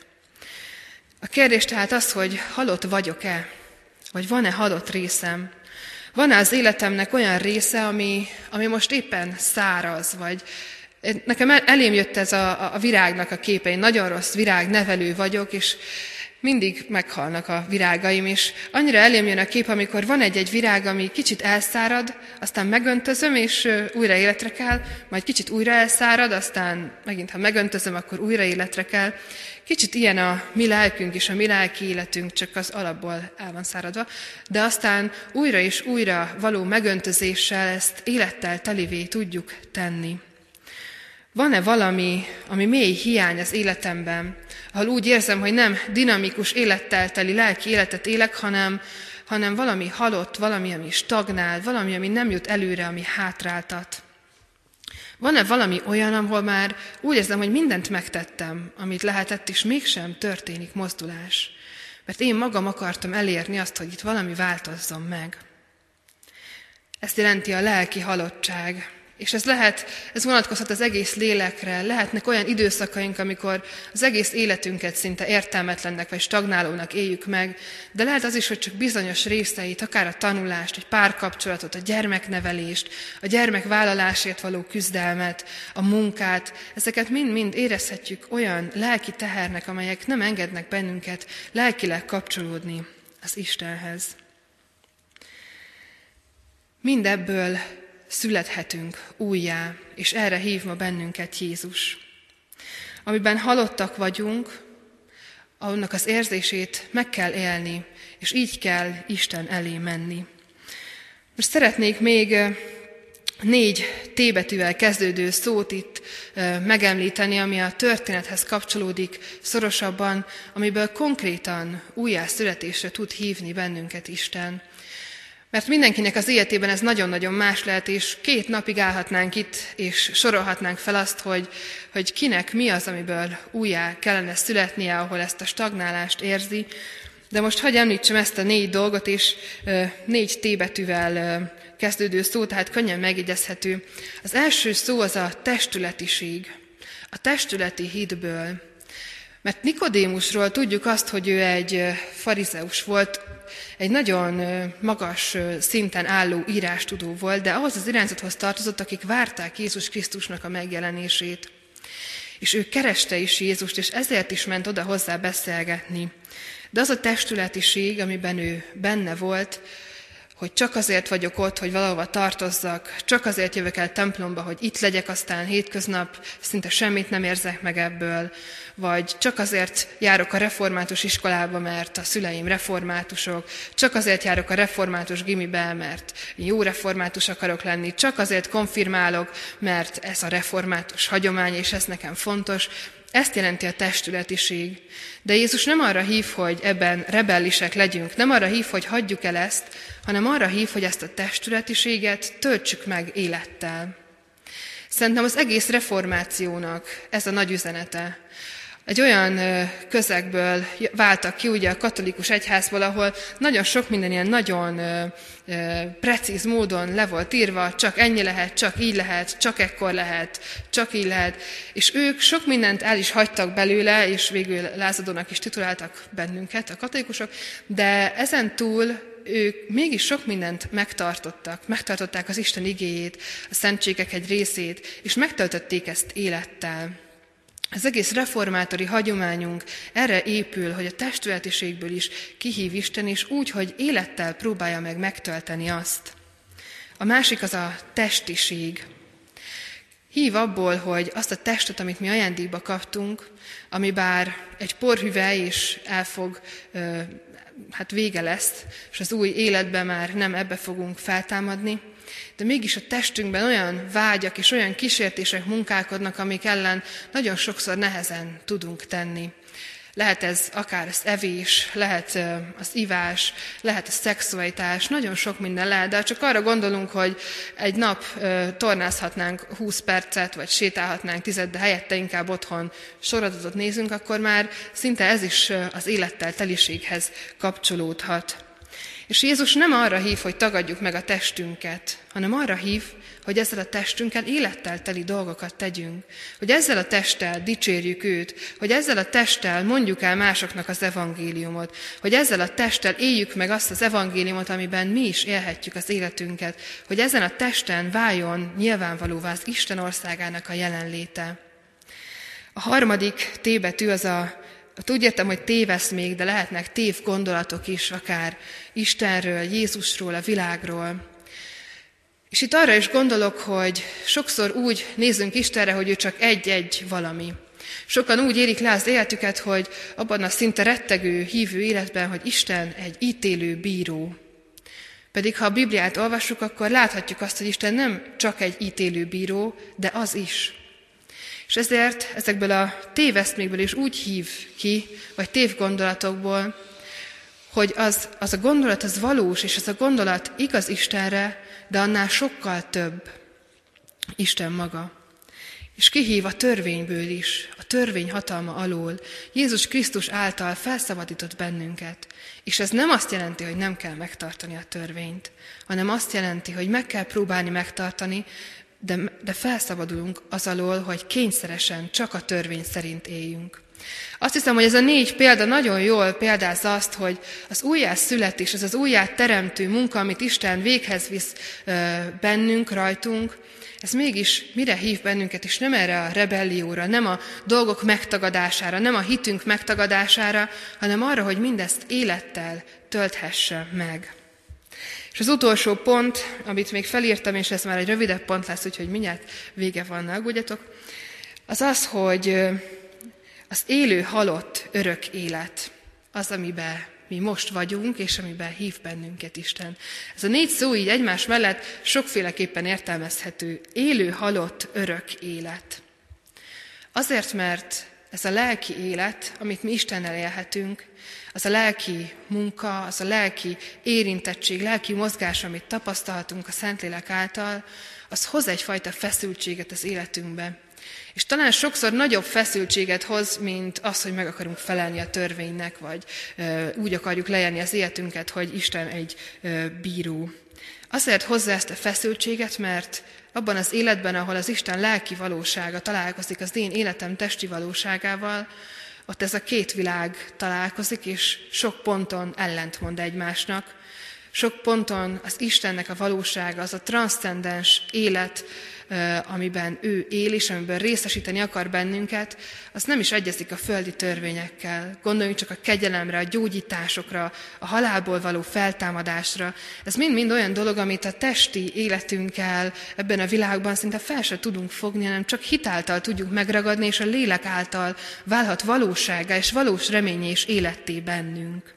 A kérdés tehát az, hogy halott vagyok-e, vagy van-e halott részem? Van-e az életemnek olyan része, ami most éppen száraz, vagy nekem elém jött ez a virágnak a képe, én nagyon rossz virágnevelő vagyok, és mindig meghalnak a virágaim, és annyira elém jön a kép, amikor van egy virág, ami kicsit elszárad, aztán megöntözöm, és újra életre kell, majd kicsit újra elszárad, aztán megint, ha megöntözöm, akkor újra életre kell. Kicsit ilyen a mi lelkünk és a mi lelki életünk, csak az alapból el van száradva, de aztán újra és újra való megöntözéssel ezt élettel telivé tudjuk tenni. Van-e valami, ami mély hiány az életemben, ahol úgy érzem, hogy nem dinamikus élettel teli lelki életet élek, hanem valami halott, valami, ami stagnál, valami, ami nem jut előre, ami hátráltat. Van-e valami olyan, ahol már úgy érzem, hogy mindent megtettem, amit lehetett, és mégsem történik mozdulás? Mert én magam akartam elérni azt, hogy itt valami változzon meg. Ezt jelenti a lelki halottság. És ez vonatkozhat az egész lélekre, lehetnek olyan időszakaink, amikor az egész életünket szinte értelmetlennek vagy stagnálónak éljük meg, de lehet az is, hogy csak bizonyos részeit, akár a tanulást, egy párkapcsolatot, a gyermeknevelést, a gyermekvállalásért való küzdelmet, a munkát, ezeket mind-mind érezhetjük olyan lelki tehernek, amelyek nem engednek bennünket lelkileg kapcsolódni az Istenhez. Mindebből születhetünk újjá, és erre hív ma bennünket Jézus. Amiben halottak vagyunk, annak az érzését meg kell élni, és így kell Isten elé menni. Most szeretnék még 4 T betűvel kezdődő szót itt megemlíteni, ami a történethez kapcsolódik szorosabban, amiből konkrétan újjászületésre tud hívni bennünket Isten. Mert mindenkinek az életében ez nagyon-nagyon más lehet, és 2 napig állhatnánk itt, és sorolhatnánk fel azt, hogy kinek mi az, amiből újjá kellene születnie, ahol ezt a stagnálást érzi. De most hadd említsem ezt a 4 dolgot, és 4 T betűvel kezdődő szó, tehát könnyen megjegyezhető. Az első szó az a testületiség, a testületi hitből. Mert Nikodémusról tudjuk azt, hogy ő egy farizeus volt, egy nagyon magas szinten álló írástudó volt, de ahhoz az irányzathoz tartozott, akik várták Jézus Krisztusnak a megjelenését. És ő kereste is Jézust, és ezért is ment oda hozzá beszélgetni. De az a testületiség, amiben ő benne volt, hogy csak azért vagyok ott, hogy valahova tartozzak, csak azért jövök el templomba, hogy itt legyek, aztán hétköznap szinte semmit nem érzek meg ebből, vagy csak azért járok a református iskolába, mert a szüleim reformátusok, csak azért járok a református gimibe, mert jó református akarok lenni, csak azért konfirmálok, mert ez a református hagyomány, és ez nekem fontos. Ezt jelenti a testületiség. De Jézus nem arra hív, hogy ebben rebellisek legyünk, nem arra hív, hogy hagyjuk el ezt, hanem arra hív, hogy ezt a testületiséget töltsük meg élettel. Szerintem az egész reformációnak ez a nagy üzenete. Egy olyan közegből váltak ki, ugye a katolikus egyházból, ahol nagyon sok minden ilyen nagyon precíz módon le volt írva, csak ennyi lehet, csak így lehet, csak ekkor lehet, csak így lehet. És ők sok mindent el is hagytak belőle, és végül lázadónak is tituláltak bennünket, a katolikusok, de ezen túl ők mégis sok mindent megtartották az Isten igéjét, a szentségek egy részét, és megtöltötték ezt élettel. Az egész reformátori hagyományunk erre épül, hogy a testületiségből is kihív Isten, és úgy, hogy élettel próbálja meg megtölteni azt. A másik az a testiség. Hív abból, hogy azt a testet, amit mi ajándékba kaptunk, ami bár egy porhüvely és vége lesz, és az új életben már nem ebbe fogunk feltámadni, de mégis a testünkben olyan vágyak és olyan kísértések munkálkodnak, amik ellen nagyon sokszor nehezen tudunk tenni. Lehet ez akár az evés, lehet az ivás, lehet a szexualitás, nagyon sok minden lehet, de csak arra gondolunk, hogy egy nap tornázhatnánk 20 percet, vagy sétálhatnánk 10, de helyette inkább otthon sorozatot nézünk, akkor már szinte ez is az élettel teliséghez kapcsolódhat. És Jézus nem arra hív, hogy tagadjuk meg a testünket, hanem arra hív, hogy ezzel a testünkkel élettel teli dolgokat tegyünk, hogy ezzel a testtel dicsérjük őt, hogy ezzel a testtel mondjuk el másoknak az evangéliumot, hogy ezzel a testtel éljük meg azt az evangéliumot, amiben mi is élhetjük az életünket, hogy ezen a testen váljon nyilvánvalóvá az Isten országának a jelenléte. A harmadik tébetű az úgy értem, hogy tévesz még, de lehetnek tév gondolatok is, akár Istenről, Jézusról, a világról. És itt arra is gondolok, hogy sokszor úgy nézünk Istenre, hogy ő csak egy-egy valami. Sokan úgy érik le az életüket, hogy abban a szinte rettegő, hívő életben, hogy Isten egy ítélő bíró. Pedig ha a Bibliát olvassuk, akkor láthatjuk azt, hogy Isten nem csak egy ítélő bíró, de az is. És ezért ezekből a téveszmékből is úgy hív ki, vagy tévgondolatokból, hogy az a gondolat az valós, és az a gondolat igaz Istenre, de annál sokkal több Isten maga. És kihív a törvényből is, a törvény hatalma alól. Jézus Krisztus által felszabadított bennünket. És ez nem azt jelenti, hogy nem kell megtartani a törvényt, hanem azt jelenti, hogy meg kell próbálni megtartani, de felszabadulunk az alól, hogy kényszeresen csak a törvény szerint éljünk. Azt hiszem, hogy ez a 4 példa nagyon jól példázza azt, hogy az újjászületés, az újjáteremtő munka, amit Isten véghez visz bennünk, rajtunk, ez mégis mire hív bennünket, és nem erre a rebellióra, nem a dolgok megtagadására, nem a hitünk megtagadására, hanem arra, hogy mindezt élettel tölthesse meg. És az utolsó pont, amit még felírtam, és ez már egy rövidebb pont lesz, úgyhogy mindjárt vége van, ne aggódjatok, az az, hogy az élő halott örök élet, az, amiben mi most vagyunk, és amiben hív bennünket Isten. Ez a 4 szó így egymás mellett sokféleképpen értelmezhető. Élő halott örök élet. Azért, mert ez a lelki élet, amit mi Istennel élhetünk, az a lelki munka, az a lelki érintettség, lelki mozgás, amit tapasztalhatunk a Szentlélek által, az hoz egyfajta feszültséget az életünkbe. És talán sokszor nagyobb feszültséget hoz, mint az, hogy meg akarunk felelni a törvénynek, vagy úgy akarjuk leélni az életünket, hogy Isten egy bíró. Azért hozza ezt a feszültséget, mert abban az életben, ahol az Isten lelki valósága találkozik az én életem testi valóságával, ott ez a 2 világ találkozik, és sok ponton ellentmond egymásnak. Sok ponton az Istennek a valósága, az a transzcendens élet amiben ő él, és amiben részesíteni akar bennünket, az nem is egyezik a földi törvényekkel. Gondoljunk csak a kegyelemre, a gyógyításokra, a halálból való feltámadásra. Ez mind-mind olyan dolog, amit a testi életünkkel ebben a világban szinte fel se tudunk fogni, hanem csak hitáltal tudjuk megragadni, és a lélek által válhat valósággá és valós reményé és életté bennünk.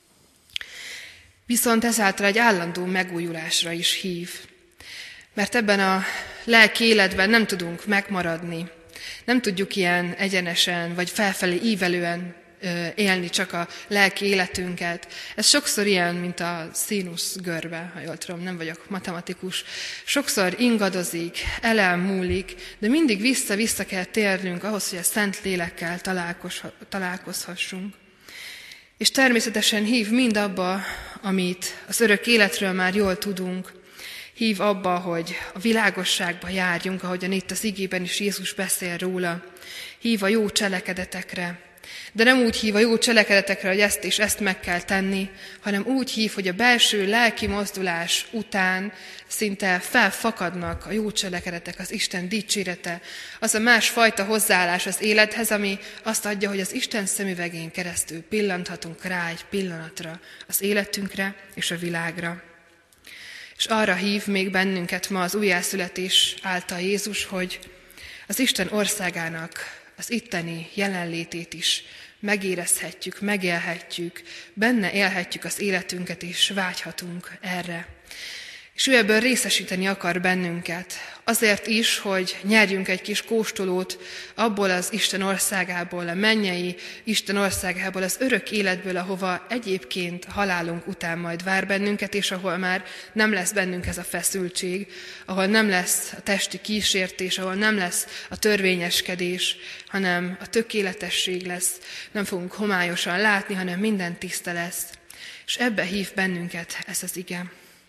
Viszont ezáltal egy állandó megújulásra is hív. Mert ebben a lelki életben nem tudunk megmaradni, nem tudjuk ilyen egyenesen vagy felfelé ívelően élni csak a lelki életünket. Ez sokszor ilyen, mint a színusz görbe, ha jól tudom, nem vagyok matematikus. Sokszor ingadozik, elmúlik, de mindig vissza-vissza kell térnünk ahhoz, hogy a Szent Lélekkel találkozhassunk. És természetesen hív mind abba, amit az örök életről már jól tudunk, hív abba, hogy a világosságba járjunk, ahogyan itt az igében is Jézus beszél róla. Hív a jó cselekedetekre. De nem úgy hív a jó cselekedetekre, hogy ezt és ezt meg kell tenni, hanem úgy hív, hogy a belső lelki mozdulás után szinte felfakadnak a jó cselekedetek, az Isten dicsérete, az a másfajta hozzáállás az élethez, ami azt adja, hogy az Isten szemüvegén keresztül pillanthatunk rá egy pillanatra az életünkre és a világra. És arra hív még bennünket ma az újjászületés által Jézus, hogy az Isten országának az itteni jelenlétét is megérezhetjük, megélhetjük, benne élhetjük az életünket, és vágyhatunk erre. És ő ebből részesíteni akar bennünket. Azért is, hogy nyerjünk egy kis kóstolót abból az Isten országából, a mennyei Isten országából, az örök életből, ahova egyébként halálunk után majd vár bennünket, és ahol már nem lesz bennünk ez a feszültség, ahol nem lesz a testi kísértés, ahol nem lesz a törvényeskedés, hanem a tökéletesség lesz. Nem fogunk homályosan látni, hanem minden tiszta lesz. És ebbe hív bennünket ez az ige.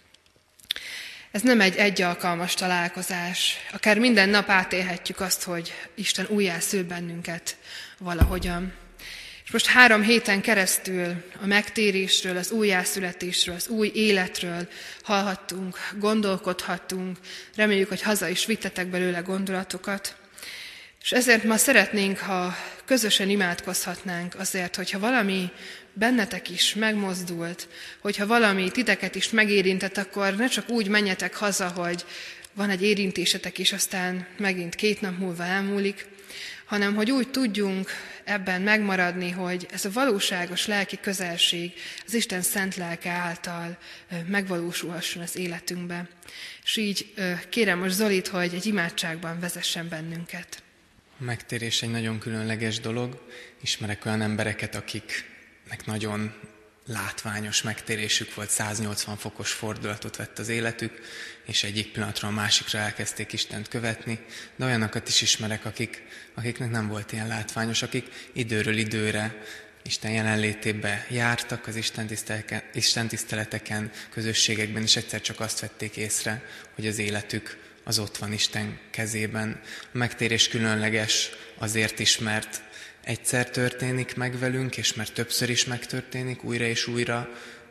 Ez nem egy egyalkalmas találkozás. Akár minden nap átélhetjük azt, hogy Isten újjászül bennünket valahogyan. És most 3 héten keresztül a megtérésről, az újjászületésről, az új életről hallhattunk, gondolkodhattunk. Reméljük, hogy haza is vittetek belőle gondolatokat. És ezért ma szeretnénk, ha közösen imádkozhatnánk azért, hogyha valami bennetek is megmozdult, hogyha valami titeket is megérintett, akkor ne csak úgy menjetek haza, hogy van egy érintésetek, és aztán megint 2 nap múlva elmúlik, hanem hogy úgy tudjunk ebben megmaradni, hogy ez a valóságos lelki közelség az Isten szent lelke által megvalósulhasson az életünkbe. És így kérem most Zolit, hogy egy imádságban vezessen bennünket. A megtérés egy nagyon különleges dolog. Ismerek olyan embereket, akiknek nagyon látványos megtérésük volt, 180 fokos fordulatot vett az életük, és egyik pillanatról a másikra elkezdték Istent követni, de olyanokat is ismerek, akiknek nem volt ilyen látványos, akik időről időre Isten jelenlétébe jártak az Isten tiszteleteken, közösségekben, és egyszer csak azt vették észre, hogy az életük az ott van Isten kezében. A megtérés különleges azért is, mert egyszer történik meg velünk, és mert többször is megtörténik, újra és újra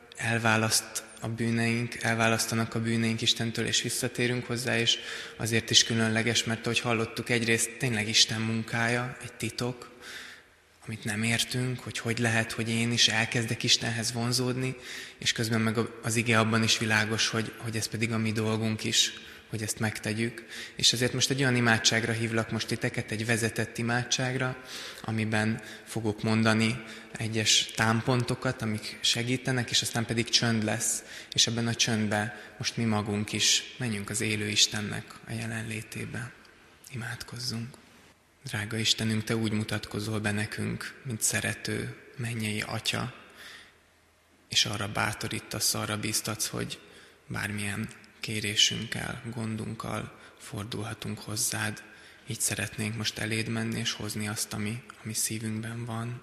elválasztanak a bűneink Istentől, és visszatérünk hozzá, és azért is különleges, mert ahogy hallottuk, egyrészt tényleg Isten munkája, egy titok, amit nem értünk, hogy lehet, hogy én is elkezdek Istenhez vonzódni, és közben meg az ige abban is világos, hogy ez pedig a mi dolgunk is, hogy ezt megtegyük. És ezért most egy olyan imádságra hívlak most titeket, egy vezetett imádságra, amiben fogok mondani egyes támpontokat, amik segítenek, és aztán pedig csönd lesz. És ebben a csöndben most mi magunk is menjünk az élő Istennek a jelenlétébe. Imádkozzunk. Drága Istenünk, Te úgy mutatkozol be nekünk, mint szerető mennyei Atya, és arra bátorítasz, arra bíztatsz, hogy bármilyen kérésünkkel, gondunkkal fordulhatunk hozzád. Így szeretnénk most eléd menni és hozni azt, ami szívünkben van.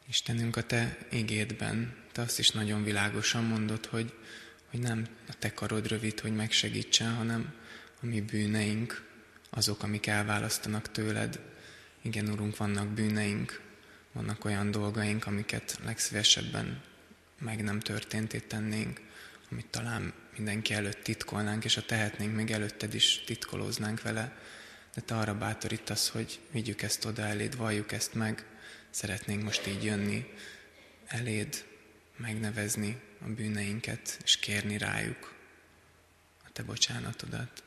Istenünk, a Te igédben, Te azt is nagyon világosan mondod, hogy nem a Te karod rövid, hogy megsegítsen, hanem a mi bűneink, azok, amik elválasztanak tőled. Igen, Urunk, vannak bűneink, vannak olyan dolgaink, amiket legszívesebben meg nem történté tennénk, amit talán mindenki előtt titkolnánk, és ha tehetnénk, még előtted is titkolóznánk vele. De Te arra bátorítasz, hogy vigyük ezt oda eléd, valljuk ezt meg. Szeretnénk most így jönni eléd, megnevezni a bűneinket, és kérni rájuk a Te bocsánatodat.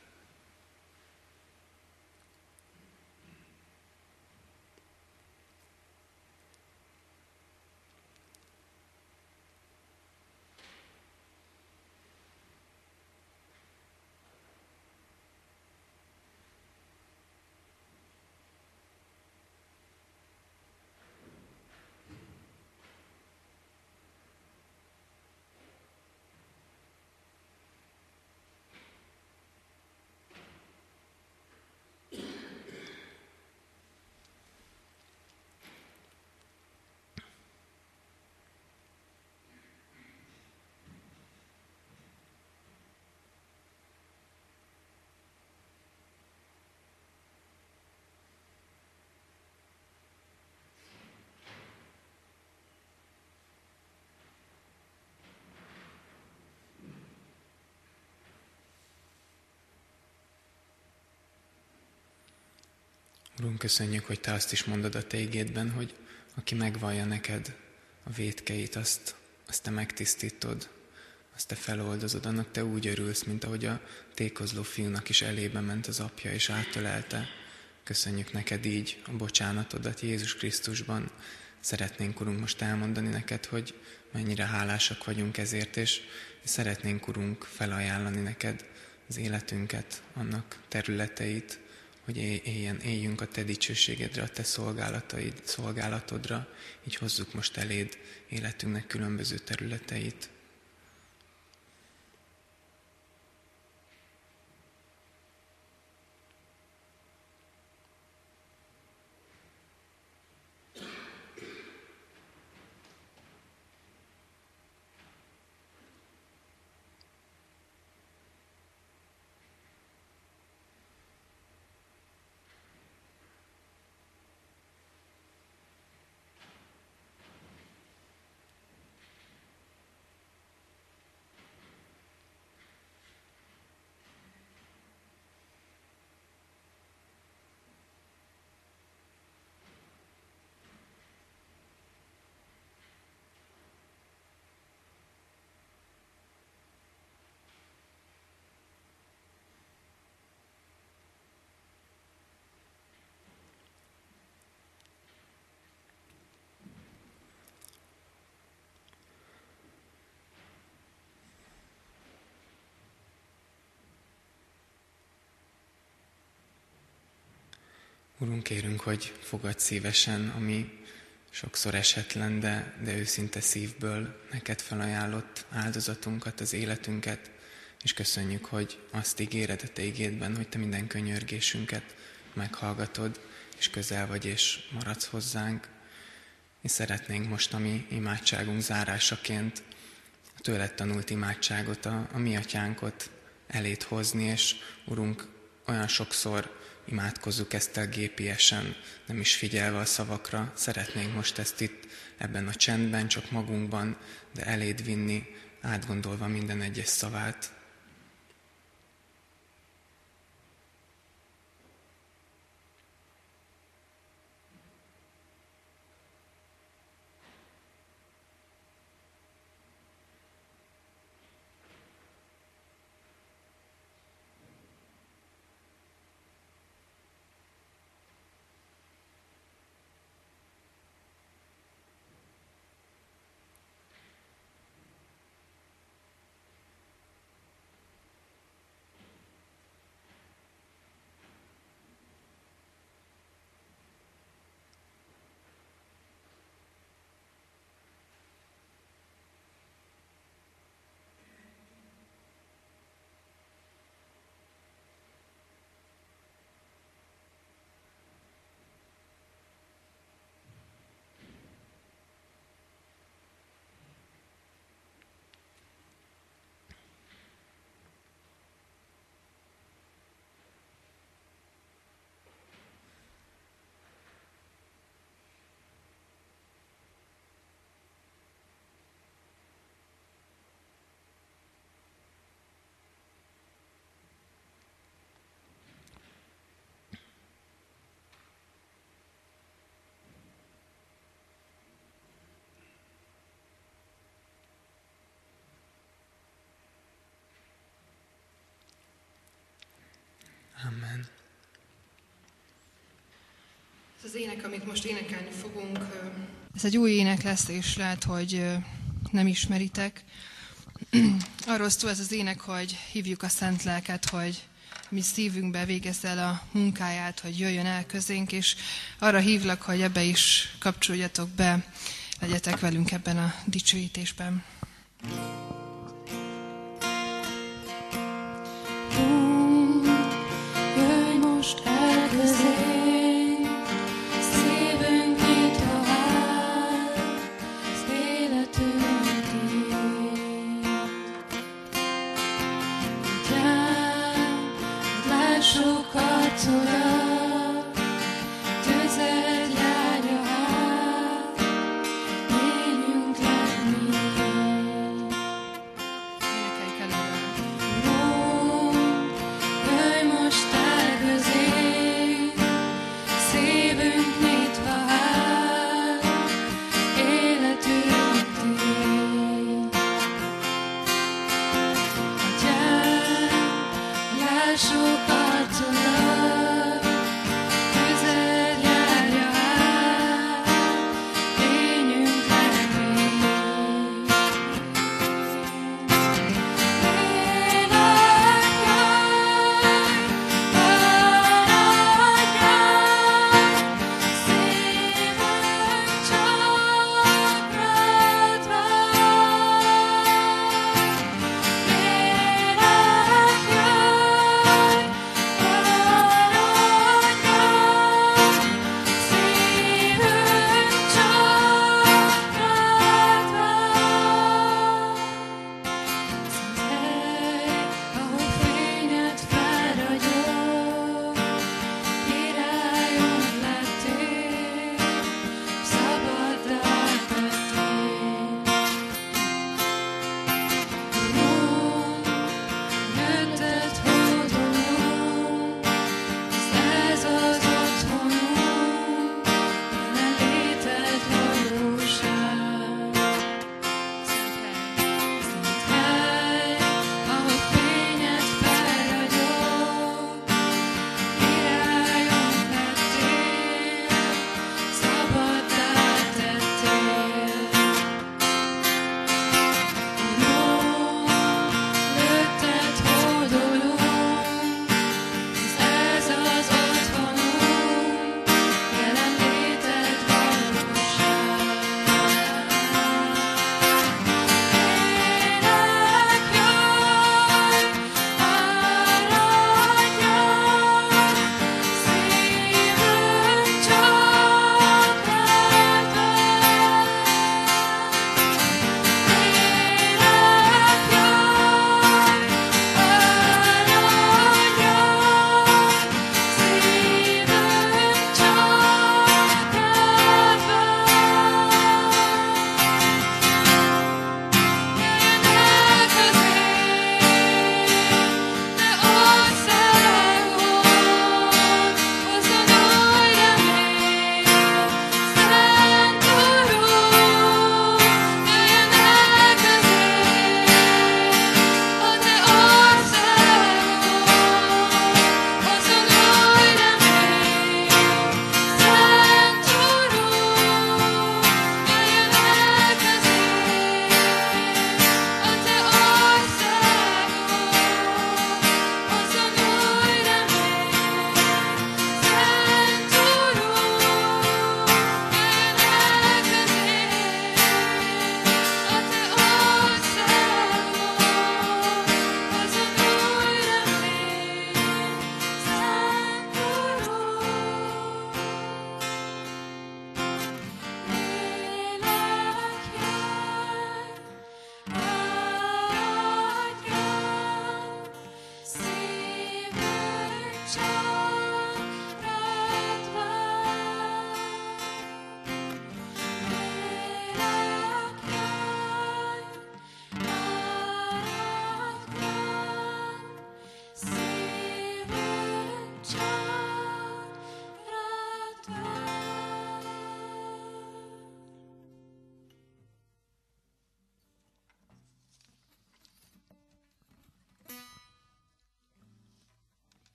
Urunk, köszönjük, hogy Te azt is mondod a Te igédben, hogy aki megvallja neked a vétkeit, azt Te megtisztítod, azt Te feloldozod, annak Te úgy örülsz, mint ahogy a tékozló fiúnak is elébe ment az apja és átölelte. Köszönjük neked így a bocsánatodat Jézus Krisztusban. Szeretnénk, Urunk, most elmondani neked, hogy mennyire hálásak vagyunk ezért, és szeretnénk, Urunk, felajánlani neked az életünket, annak területeit, hogy éljünk a Te dicsőségedre, a Te szolgálatodra, így hozzuk most eléd életünknek különböző területeit. Urunk, kérünk, hogy fogadj szívesen, ami sokszor esetlen, de őszinte szívből neked felajánlott áldozatunkat, az életünket, és köszönjük, hogy azt ígéred a Te igédben, hogy Te minden könyörgésünket meghallgatod, és közel vagy, és maradsz hozzánk. És szeretnénk most a mi imádságunk zárásaként a tőled tanult imádságot, a mi atyánkot eléd hozni, és Urunk, olyan sokszor imádkozzuk ezt el gépiesen, nem is figyelve a szavakra. Szeretnénk most ezt itt ebben a csendben, csak magunkban, de eléd vinni, átgondolva minden egyes szavát. Amen. Ez az ének, amit most énekelni fogunk, ez egy új ének lesz, és lehet, hogy nem ismeritek. Arról szól ez az ének, hogy hívjuk a Szent Lelket, hogy mi szívünkbe végezz el a munkáját, hogy jöjjön el közénk, és arra hívlak, hogy ebbe is kapcsoljatok be, legyetek velünk ebben a dicsőítésben. Jöjj most el közénk, szívünk nyitva áll, az életünk tiéd. Gyár, lássuk arcodat, tüzet járja át, lényünk lenni. Énekeljük előre. Jöjj most el közénk, szívünk nyitva áll, életünk tiéd. Atyám, lássuk arcodat, tüzet járja át, lényünk lenni. Jöjj,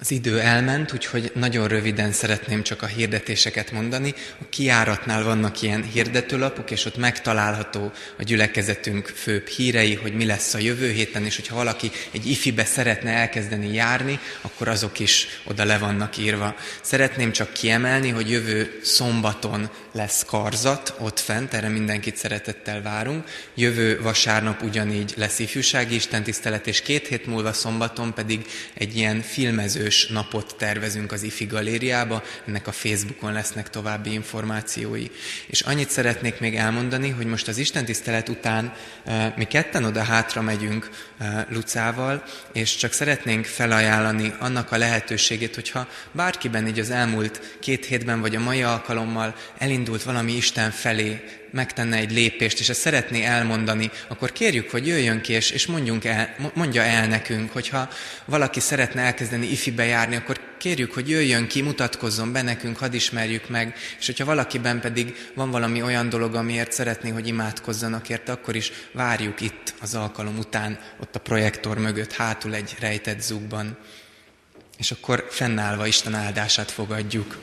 Az idő elment, úgyhogy nagyon röviden szeretném csak a hirdetéseket mondani. A kijáratnál vannak ilyen hirdetőlapok, és ott megtalálható a gyülekezetünk főbb hírei, hogy mi lesz a jövő héten, és hogyha valaki egy ifibe szeretne elkezdeni járni, akkor azok is oda le vannak írva. Szeretném csak kiemelni, hogy jövő szombaton lesz karzat ott fent, erre mindenkit szeretettel várunk. Jövő vasárnap ugyanígy lesz ifjúsági istentisztelet, és 2 hét múlva szombaton pedig egy ilyen filmezős napot tervezünk az IFI galériába, ennek a Facebookon lesznek további információi. És annyit szeretnék még elmondani, hogy most az istentisztelet után mi ketten oda hátra megyünk Lucával, és csak szeretnénk felajánlani annak a lehetőségét, hogyha bárkiben így az elmúlt 2 hétben vagy a mai alkalommal elindult valami Isten felé, megtenne egy lépést, és ezt szeretné elmondani, akkor kérjük, hogy jöjjön ki, és mondja el nekünk, hogyha valaki szeretne elkezdeni ifibe járni, akkor kérjük, hogy jöjjön ki, mutatkozzon be nekünk, hadd ismerjük meg, és hogyha valakiben pedig van valami olyan dolog, amiért szeretné, hogy imádkozzanak érte, akkor is várjuk itt az alkalom után, ott a projektor mögött, hátul egy rejtett zugban. És akkor fennállva Isten áldását fogadjuk.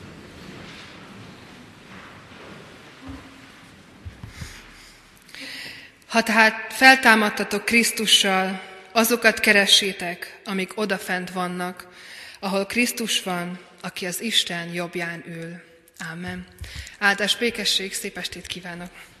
Ha tehát feltámadtatok Krisztussal, azokat keressétek, amik odafent vannak, ahol Krisztus van, aki az Isten jobbján ül. Ámen. Áldás, békesség, szép estét kívánok!